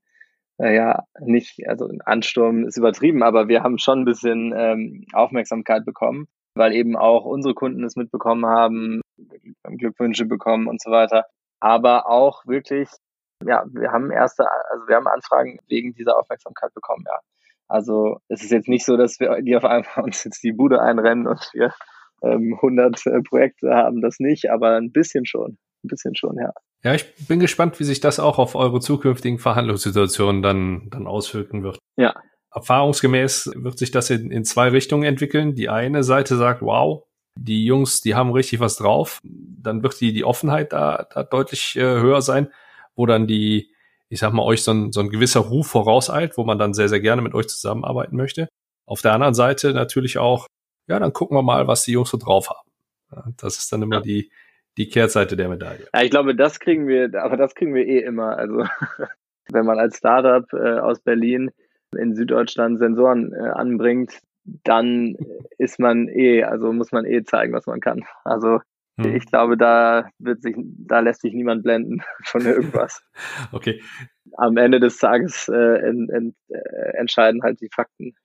also ein Ansturm ist übertrieben, aber wir haben schon ein bisschen Aufmerksamkeit bekommen, weil eben auch unsere Kunden es mitbekommen haben, Glückwünsche bekommen und so weiter. Aber auch wirklich, ja, wir haben Anfragen wegen dieser Aufmerksamkeit bekommen, ja. Also es ist jetzt nicht so, dass wir die auf einmal uns jetzt die Bude einrennen und wir 100 Projekte haben, das nicht, aber ein bisschen schon, ja. Ja, ich bin gespannt, wie sich das auch auf eure zukünftigen Verhandlungssituationen dann auswirken wird. Ja. Erfahrungsgemäß wird sich das in 2 Richtungen entwickeln. Die eine Seite sagt, wow, die Jungs, die haben richtig was drauf. Dann wird die Offenheit da deutlich höher sein, wo dann ich sag mal, euch so ein gewisser Ruf vorauseilt, wo man dann sehr, sehr gerne mit euch zusammenarbeiten möchte. Auf der anderen Seite natürlich auch, ja, dann gucken wir mal, was die Jungs so drauf haben. Ja, das ist dann immer die Kehrseite der Medaille. Ja, ich glaube, das kriegen wir eh immer. Also wenn man als Startup aus Berlin in Süddeutschland Sensoren anbringt, dann muss man zeigen, was man kann. Also ich glaube, da lässt sich niemand blenden von irgendwas. Okay. Am Ende des Tages entscheiden halt die Fakten,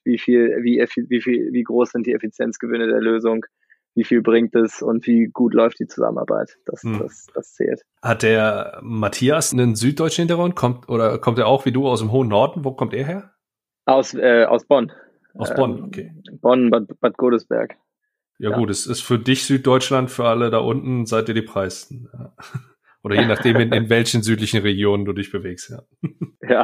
wie groß sind die Effizienzgewinne der Lösung, wie viel bringt es und wie gut läuft die Zusammenarbeit. Das zählt. Hat der Matthias einen süddeutschen Hintergrund? Kommt er auch wie du aus dem hohen Norden? Wo kommt er her? Aus Bonn. Aus Bonn, okay. Bonn, Bad Godesberg. Ja gut, es ist für dich Süddeutschland, für alle da unten seid ihr die Preisten. Ja. Oder je nachdem, in welchen südlichen Regionen du dich bewegst. Ja.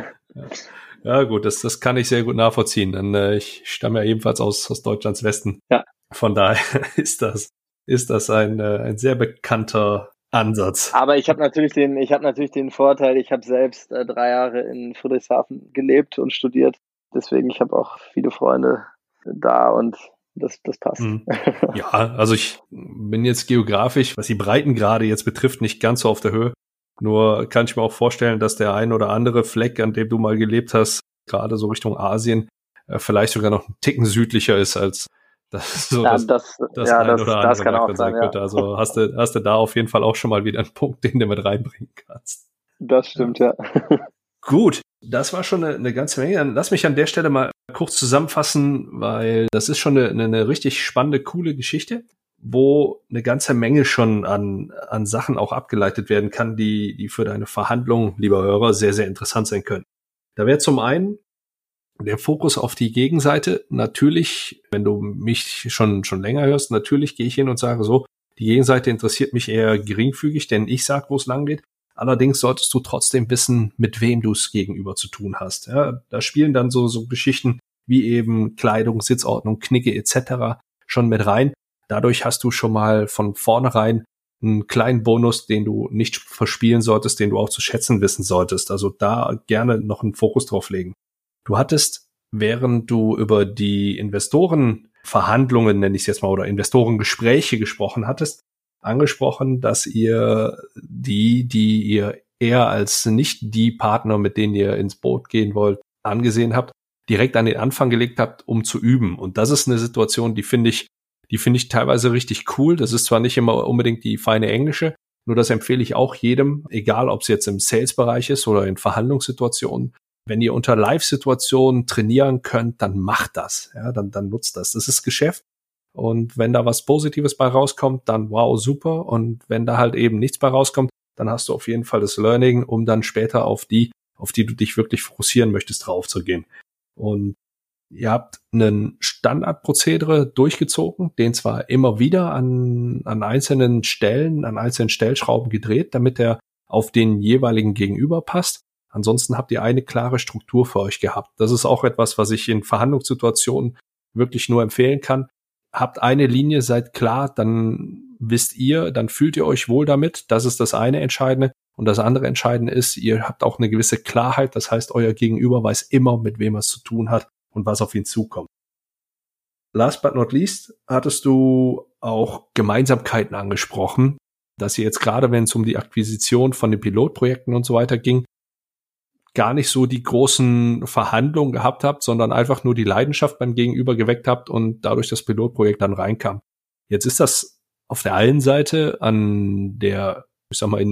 Ja gut, das kann ich sehr gut nachvollziehen. Denn ich stamme ja ebenfalls aus Deutschlands Westen. Ja. Von daher ist das ein sehr bekannter Ansatz. Aber ich habe natürlich den Vorteil, ich habe selbst 3 Jahre in Friedrichshafen gelebt und studiert. Deswegen, ich habe auch viele Freunde da und das passt. Ja, also ich bin jetzt geografisch, was die Breitengrade jetzt betrifft, nicht ganz so auf der Höhe. Nur kann ich mir auch vorstellen, dass der ein oder andere Fleck, an dem du mal gelebt hast, gerade so Richtung Asien, vielleicht sogar noch einen Ticken südlicher ist als Das ist so Ja, das ein oder das andere kann Merk auch dann sein sein, ja. könnte. Also hast du da auf jeden Fall auch schon mal wieder einen Punkt, den du mit reinbringen kannst. Das Ja. stimmt, ja. Gut, das war schon eine ganze Menge. Dann lass mich an der Stelle mal kurz zusammenfassen, weil das ist schon eine richtig spannende, coole Geschichte, wo eine ganze Menge schon an Sachen auch abgeleitet werden kann, die für deine Verhandlungen, lieber Hörer, sehr, sehr interessant sein können. Da wäre zum einen der Fokus auf die Gegenseite. Natürlich, wenn du mich schon länger hörst, natürlich gehe ich hin und sage so, die Gegenseite interessiert mich eher geringfügig, denn ich sag, wo es lang geht. Allerdings solltest du trotzdem wissen, mit wem du es gegenüber zu tun hast. Ja, da spielen dann so Geschichten wie eben Kleidung, Sitzordnung, Knicke etc. schon mit rein. Dadurch hast du schon mal von vornherein einen kleinen Bonus, den du nicht verspielen solltest, den du auch zu schätzen wissen solltest. Also da gerne noch einen Fokus drauf legen. Du hattest, während du über die Investorenverhandlungen, nenne ich es jetzt mal, oder Investorengespräche gesprochen hattest, angesprochen, dass ihr die ihr eher als nicht die Partner, mit denen ihr ins Boot gehen wollt, angesehen habt, direkt an den Anfang gelegt habt, um zu üben. Und das ist eine Situation, die finde ich teilweise richtig cool. Das ist zwar nicht immer unbedingt die feine englische, nur das empfehle ich auch jedem, egal ob es jetzt im Sales-Bereich ist oder in Verhandlungssituationen. Wenn ihr unter Live-Situationen trainieren könnt, dann macht das. Ja, dann nutzt das. Das ist Geschäft. Und wenn da was Positives bei rauskommt, dann wow, super. Und wenn da halt eben nichts bei rauskommt, dann hast du auf jeden Fall das Learning, um dann später auf die du dich wirklich fokussieren möchtest, draufzugehen. Und ihr habt einen Standardprozedere durchgezogen, den zwar immer wieder an einzelnen Stellen, an einzelnen Stellschrauben gedreht, damit er auf den jeweiligen Gegenüber passt. Ansonsten habt ihr eine klare Struktur für euch gehabt. Das ist auch etwas, was ich in Verhandlungssituationen wirklich nur empfehlen kann. Habt eine Linie, seid klar, dann wisst ihr, dann fühlt ihr euch wohl damit. Das ist das eine Entscheidende. Und das andere Entscheidende ist, ihr habt auch eine gewisse Klarheit. Das heißt, euer Gegenüber weiß immer, mit wem er es zu tun hat und was auf ihn zukommt. Last but not least hattest du auch Gemeinsamkeiten angesprochen, dass ihr jetzt gerade, wenn es um die Akquisition von den Pilotprojekten und so weiter ging, gar nicht so die großen Verhandlungen gehabt habt, sondern einfach nur die Leidenschaft beim Gegenüber geweckt habt und dadurch das Pilotprojekt dann reinkam. Jetzt ist das auf der einen Seite an der, ich sag mal,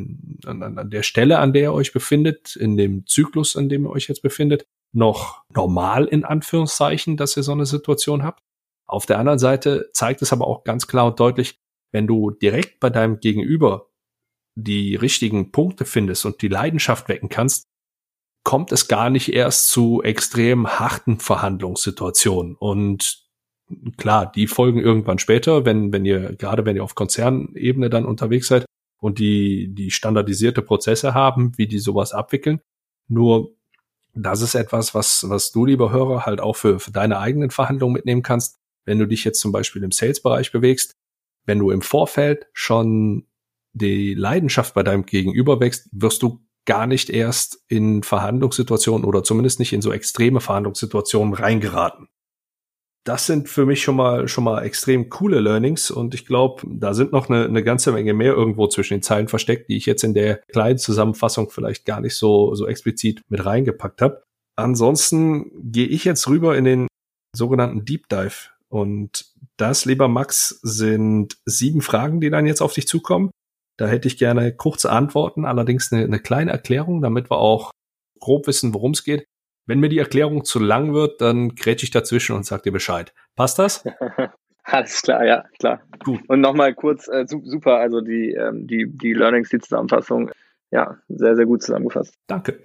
an der Stelle, an der ihr euch befindet, in dem Zyklus, an dem ihr euch jetzt befindet, noch normal in Anführungszeichen, dass ihr so eine Situation habt. Auf der anderen Seite zeigt es aber auch ganz klar und deutlich, wenn du direkt bei deinem Gegenüber die richtigen Punkte findest und die Leidenschaft wecken kannst, kommt es gar nicht erst zu extrem harten Verhandlungssituationen. Und klar, die folgen irgendwann später, wenn ihr auf Konzernebene dann unterwegs seid und die standardisierte Prozesse haben, wie die sowas abwickeln. Nur das ist etwas, was du, lieber Hörer, halt auch für deine eigenen Verhandlungen mitnehmen kannst. Wenn du dich jetzt zum Beispiel im Sales-Bereich bewegst, wenn du im Vorfeld schon die Leidenschaft bei deinem Gegenüber wächst, wirst du gar nicht erst in Verhandlungssituationen oder zumindest nicht in so extreme Verhandlungssituationen reingeraten. Das sind für mich schon mal extrem coole Learnings und ich glaube, da sind noch eine ganze Menge mehr irgendwo zwischen den Zeilen versteckt, die ich jetzt in der kleinen Zusammenfassung vielleicht gar nicht so explizit mit reingepackt habe. Ansonsten gehe ich jetzt rüber in den sogenannten Deep Dive und das, lieber Max, sind 7 Fragen, die dann jetzt auf dich zukommen. Da hätte ich gerne kurze Antworten, allerdings eine kleine Erklärung, damit wir auch grob wissen, worum es geht. Wenn mir die Erklärung zu lang wird, dann grätsch ich dazwischen und sag dir Bescheid. Passt das? Alles klar, ja, klar. Gut. Und nochmal kurz, super, also die Learnings, die Zusammenfassung, ja, sehr, sehr gut zusammengefasst. Danke.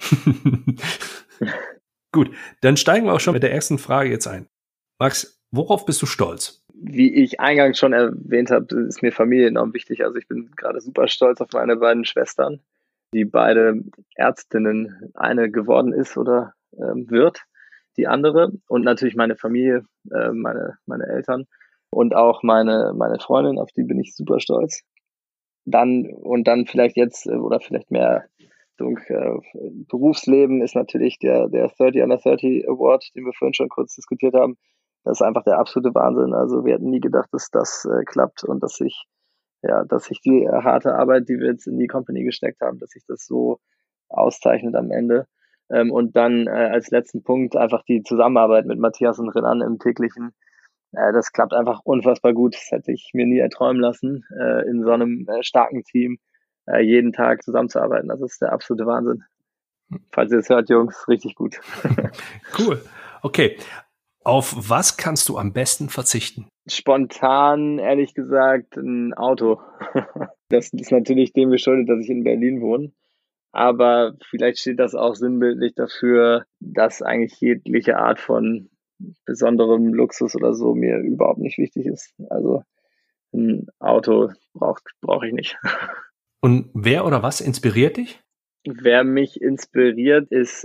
Gut, dann steigen wir auch schon mit der ersten Frage jetzt ein. Max, worauf bist du stolz? Wie ich eingangs schon erwähnt habe, ist mir Familie enorm wichtig. Also ich bin gerade super stolz auf meine beiden Schwestern, die beide Ärztinnen, eine geworden ist oder wird, die andere. Und natürlich meine Familie, meine Eltern und auch meine Freundin, auf die bin ich super stolz. Dann vielleicht jetzt oder vielleicht mehr Berufsleben ist natürlich der 30 Under 30 Award, den wir vorhin schon kurz diskutiert haben. Das ist einfach der absolute Wahnsinn. Also wir hätten nie gedacht, dass das klappt und dass sich die harte Arbeit, die wir jetzt in die Company gesteckt haben, dass sich das so auszeichnet am Ende. Und dann als letzten Punkt einfach die Zusammenarbeit mit Matthias und Renan im täglichen. Das klappt einfach unfassbar gut. Das hätte ich mir nie erträumen lassen, in so einem starken Team jeden Tag zusammenzuarbeiten. Das ist der absolute Wahnsinn. Falls ihr es hört, Jungs, richtig gut. Cool. Okay. Auf was kannst du am besten verzichten? Spontan, ehrlich gesagt, ein Auto. Das ist natürlich dem geschuldet, dass ich in Berlin wohne. Aber vielleicht steht das auch sinnbildlich dafür, dass eigentlich jegliche Art von besonderem Luxus oder so mir überhaupt nicht wichtig ist. Also ein Auto brauche ich nicht. Und wer oder was inspiriert dich? Wer mich inspiriert, ist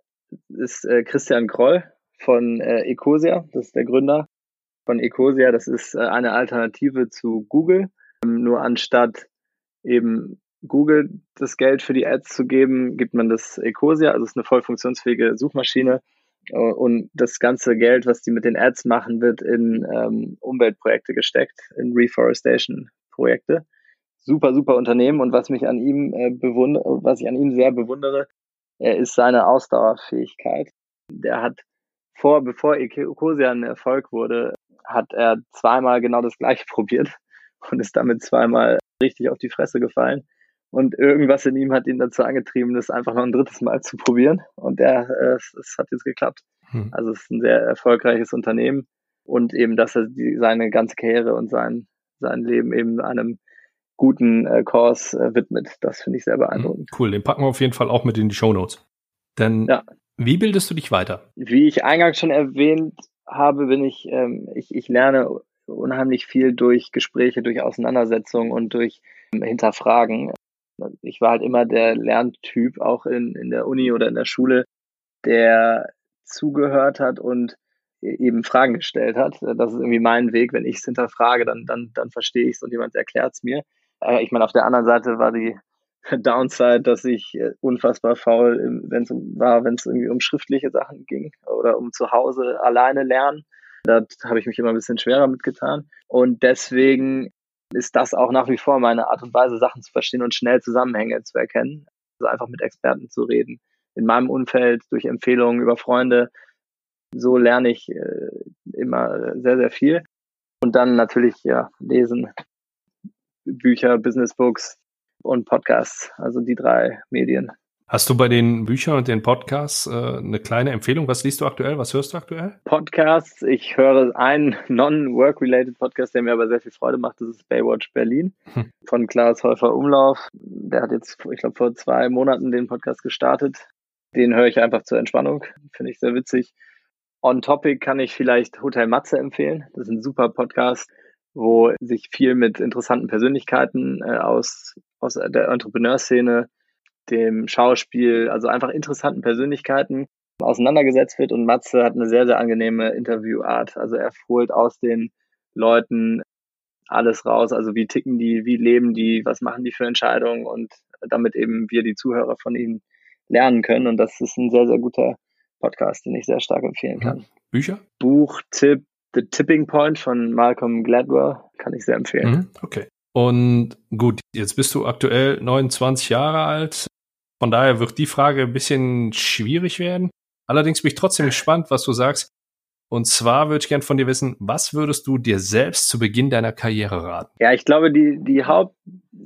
Christian Kroll von Ecosia. Das ist der Gründer von Ecosia. Das ist eine Alternative zu Google. Nur anstatt eben Google das Geld für die Ads zu geben, gibt man das Ecosia. Also es ist eine voll funktionsfähige Suchmaschine. Und das ganze Geld, was die mit den Ads machen, wird in Umweltprojekte gesteckt, in Reforestation-Projekte. Super, super Unternehmen. Und was mich an ihm was ich an ihm sehr bewundere, ist seine Ausdauerfähigkeit. Der hat bevor Ecosia ein Erfolg wurde, hat er zweimal genau das Gleiche probiert und ist damit zweimal richtig auf die Fresse gefallen. Und irgendwas in ihm hat ihn dazu angetrieben, das einfach noch ein drittes Mal zu probieren. Und es hat jetzt geklappt. Also es ist ein sehr erfolgreiches Unternehmen. Und eben, dass er seine ganze Karriere und sein Leben eben einem guten Kurs widmet. Das finde ich sehr beeindruckend. Cool, den packen wir auf jeden Fall auch mit in die Shownotes. Denn Wie bildest du dich weiter? Wie ich eingangs schon erwähnt habe, ich lerne unheimlich viel durch Gespräche, durch Auseinandersetzungen und durch Hinterfragen. Ich war halt immer der Lerntyp, auch in der Uni oder in der Schule, der zugehört hat und eben Fragen gestellt hat. Das ist irgendwie mein Weg. Wenn ich es hinterfrage, dann verstehe ich es und jemand erklärt es mir. Ich meine, auf der anderen Seite war die Downside, dass ich unfassbar faul, wenn es irgendwie um schriftliche Sachen ging oder um zu Hause alleine lernen. Da habe ich mich immer ein bisschen schwerer mitgetan. Und deswegen ist das auch nach wie vor meine Art und Weise, Sachen zu verstehen und schnell Zusammenhänge zu erkennen. Also einfach mit Experten zu reden. In meinem Umfeld, durch Empfehlungen über Freunde. So lerne ich immer sehr, sehr viel. Und dann natürlich lesen, Bücher, Businessbooks und Podcasts, also die 3 Medien. Hast du bei den Büchern und den Podcasts eine kleine Empfehlung? Was liest du aktuell? Was hörst du aktuell? Podcasts, ich höre einen Non-Work-related Podcast, der mir aber sehr viel Freude macht. Das ist Baywatch Berlin von Klaas Häufer-Umlauf. Der hat jetzt, ich glaube, vor 2 Monaten den Podcast gestartet. Den höre ich einfach zur Entspannung. Finde ich sehr witzig. On Topic kann ich vielleicht Hotel Matze empfehlen. Das ist ein super Podcast, wo sich viel mit interessanten Persönlichkeiten aus der Entrepreneurszene, dem Schauspiel, also einfach interessanten Persönlichkeiten auseinandergesetzt wird. Und Matze hat eine sehr, sehr angenehme Interviewart. Also er holt aus den Leuten alles raus. Also wie ticken die, wie leben die, was machen die für Entscheidungen und damit eben wir, die Zuhörer, von ihnen lernen können. Und das ist ein sehr, sehr guter Podcast, den ich sehr stark empfehlen kann. Bücher? Buchtipp The Tipping Point von Malcolm Gladwell kann ich sehr empfehlen. Okay. Und gut, jetzt bist du aktuell 29 Jahre alt. Von daher wird die Frage ein bisschen schwierig werden. Allerdings bin ich trotzdem gespannt, was du sagst. Und zwar würde ich gerne von dir wissen, was würdest du dir selbst zu Beginn deiner Karriere raten? Ja, ich glaube, die Hauptsache,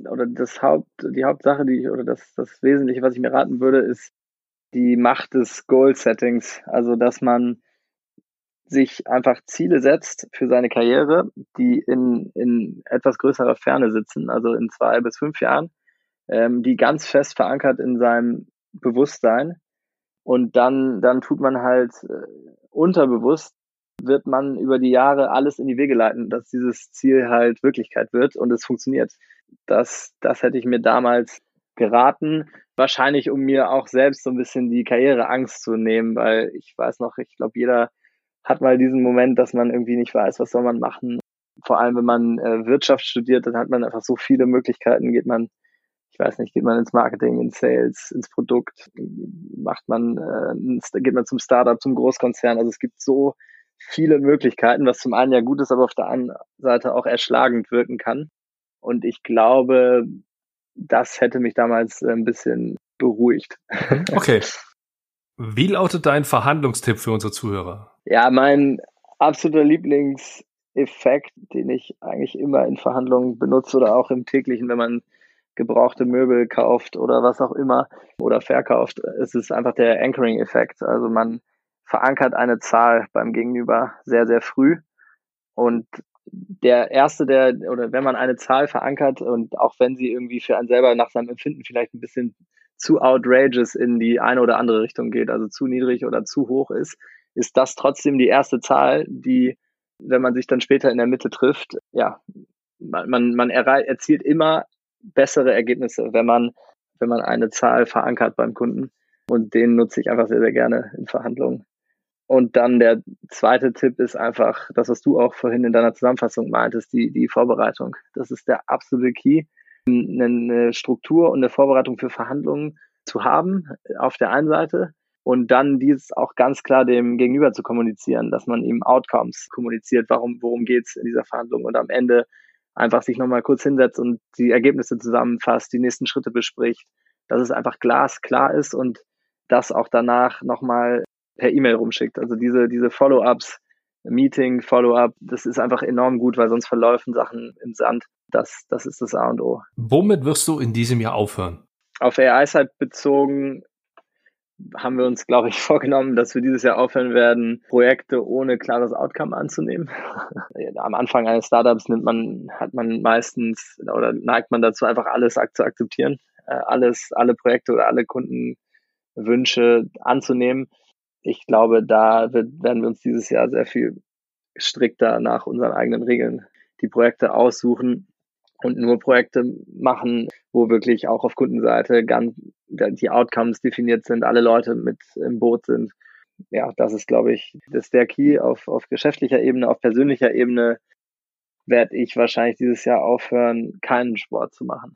das Wesentliche, was ich mir raten würde, ist die Macht des Goal-Settings. Also, dass man sich einfach Ziele setzt für seine Karriere, die in etwas größerer Ferne sitzen, also in 2 bis 5 Jahren, die ganz fest verankert in seinem Bewusstsein. Und dann tut man halt unterbewusst, wird man über die Jahre alles in die Wege leiten, dass dieses Ziel halt Wirklichkeit wird und es funktioniert. Das hätte ich mir damals geraten, wahrscheinlich um mir auch selbst so ein bisschen die Karriereangst zu nehmen, weil ich weiß noch, ich glaube, jeder hat mal diesen Moment, dass man irgendwie nicht weiß, was soll man machen. Vor allem, wenn man Wirtschaft studiert, dann hat man einfach so viele Möglichkeiten. Geht man ins Marketing, ins Sales, ins Produkt, geht man zum Startup, zum Großkonzern. Also es gibt so viele Möglichkeiten, was zum einen ja gut ist, aber auf der anderen Seite auch erschlagend wirken kann. Und ich glaube, das hätte mich damals ein bisschen beruhigt. Okay. Wie lautet dein Verhandlungstipp für unsere Zuhörer? Ja, mein absoluter Lieblingstipp Effekt, den ich eigentlich immer in Verhandlungen benutze oder auch im täglichen, wenn man gebrauchte Möbel kauft oder was auch immer oder verkauft. Es ist einfach der Anchoring-Effekt. Also man verankert eine Zahl beim Gegenüber sehr, sehr früh. Und der Erste, oder wenn man eine Zahl verankert und auch wenn sie irgendwie für einen selber nach seinem Empfinden vielleicht ein bisschen zu outrageous in die eine oder andere Richtung geht, also zu niedrig oder zu hoch ist das trotzdem die erste Zahl, die, wenn man sich dann später in der Mitte trifft, ja, man erzielt immer bessere Ergebnisse, wenn man eine Zahl verankert beim Kunden. Und den nutze ich einfach sehr, sehr gerne in Verhandlungen. Und dann der zweite Tipp ist einfach das, was du auch vorhin in deiner Zusammenfassung meintest, die Vorbereitung. Das ist der absolute Key, eine Struktur und eine Vorbereitung für Verhandlungen zu haben auf der einen Seite und dann dies auch ganz klar dem Gegenüber zu kommunizieren, dass man ihm Outcomes kommuniziert, worum geht's in dieser Verhandlung und am Ende einfach sich nochmal kurz hinsetzt und die Ergebnisse zusammenfasst, die nächsten Schritte bespricht, dass es einfach glasklar ist und das auch danach nochmal per E-Mail rumschickt. Also diese Follow-ups, Meeting, Follow-up, das ist einfach enorm gut, weil sonst verläufen Sachen im Sand. Das ist das A und O. Womit wirst du in diesem Jahr aufhören? Auf AI-Side bezogen haben wir uns, glaube ich, vorgenommen, dass wir dieses Jahr aufhören werden, Projekte ohne klares Outcome anzunehmen. Am Anfang eines Startups hat man meistens oder neigt man dazu, einfach alles zu akzeptieren, alle Projekte oder alle Kundenwünsche anzunehmen. Ich glaube, werden wir uns dieses Jahr sehr viel strikter nach unseren eigenen Regeln die Projekte aussuchen und nur Projekte machen, wo wirklich auch auf Kundenseite die Outcomes definiert sind, alle Leute mit im Boot sind. Ja, das ist, glaube ich, der Key. Auf geschäftlicher Ebene, auf persönlicher Ebene werde ich wahrscheinlich dieses Jahr aufhören, keinen Sport zu machen.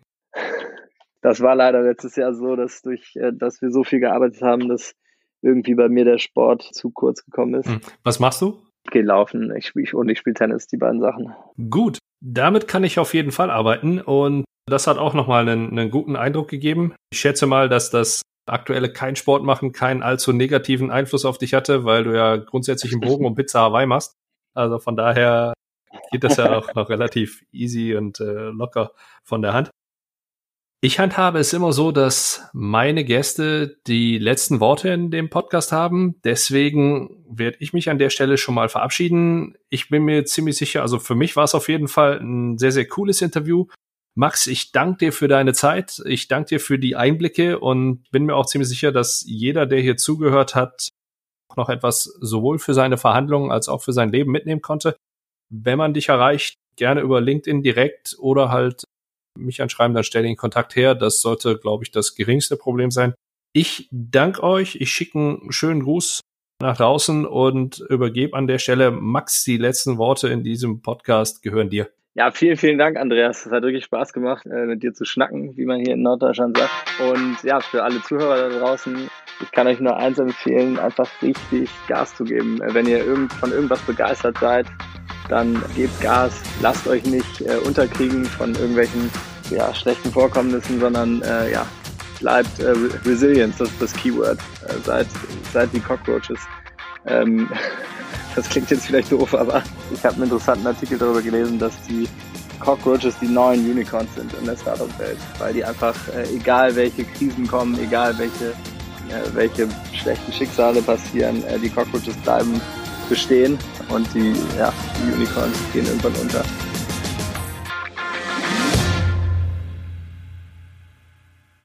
Das war leider letztes Jahr so, dass dass wir so viel gearbeitet haben, dass irgendwie bei mir der Sport zu kurz gekommen ist. Was machst du? Ich gehe laufen, ich spiele Tennis, die beiden Sachen. Gut, damit kann ich auf jeden Fall arbeiten und das hat auch nochmal einen guten Eindruck gegeben. Ich schätze mal, dass das aktuelle kein Sport machen keinen allzu negativen Einfluss auf dich hatte, weil du ja grundsätzlich einen Bogen um Pizza Hawaii machst. Also von daher geht das ja auch noch relativ easy und locker von der Hand. Ich handhabe es immer so, dass meine Gäste die letzten Worte in dem Podcast haben. Deswegen werde ich mich an der Stelle schon mal verabschieden. Ich bin mir ziemlich sicher, also für mich war es auf jeden Fall ein sehr, sehr cooles Interview. Max, ich danke dir für deine Zeit. Ich danke dir für die Einblicke und bin mir auch ziemlich sicher, dass jeder, der hier zugehört hat, noch etwas sowohl für seine Verhandlungen als auch für sein Leben mitnehmen konnte. Wenn man dich erreicht, gerne über LinkedIn direkt oder halt mich anschreiben, dann stell den Kontakt her. Das sollte, glaube ich, das geringste Problem sein. Ich danke euch. Ich schicke einen schönen Gruß nach draußen und übergebe an der Stelle Max, die letzten Worte in diesem Podcast gehören dir. Ja, vielen, vielen Dank, Andreas. Es hat wirklich Spaß gemacht, mit dir zu schnacken, wie man hier in Norddeutschland sagt. Und ja, für alle Zuhörer da draußen, ich kann euch nur eins empfehlen, einfach richtig Gas zu geben. Wenn ihr von irgendwas begeistert seid, dann gebt Gas, lasst euch nicht unterkriegen von irgendwelchen schlechten Vorkommnissen, sondern bleibt resilient, das ist das Keyword. Seid die Cockroaches. Das klingt jetzt vielleicht doof, aber ich habe einen interessanten Artikel darüber gelesen, dass die Cockroaches die neuen Unicorns sind in der Startup-Welt, weil die einfach, egal welche Krisen kommen, egal welche schlechten Schicksale passieren, die Cockroaches bleiben bestehen und die Unicorns gehen irgendwann unter.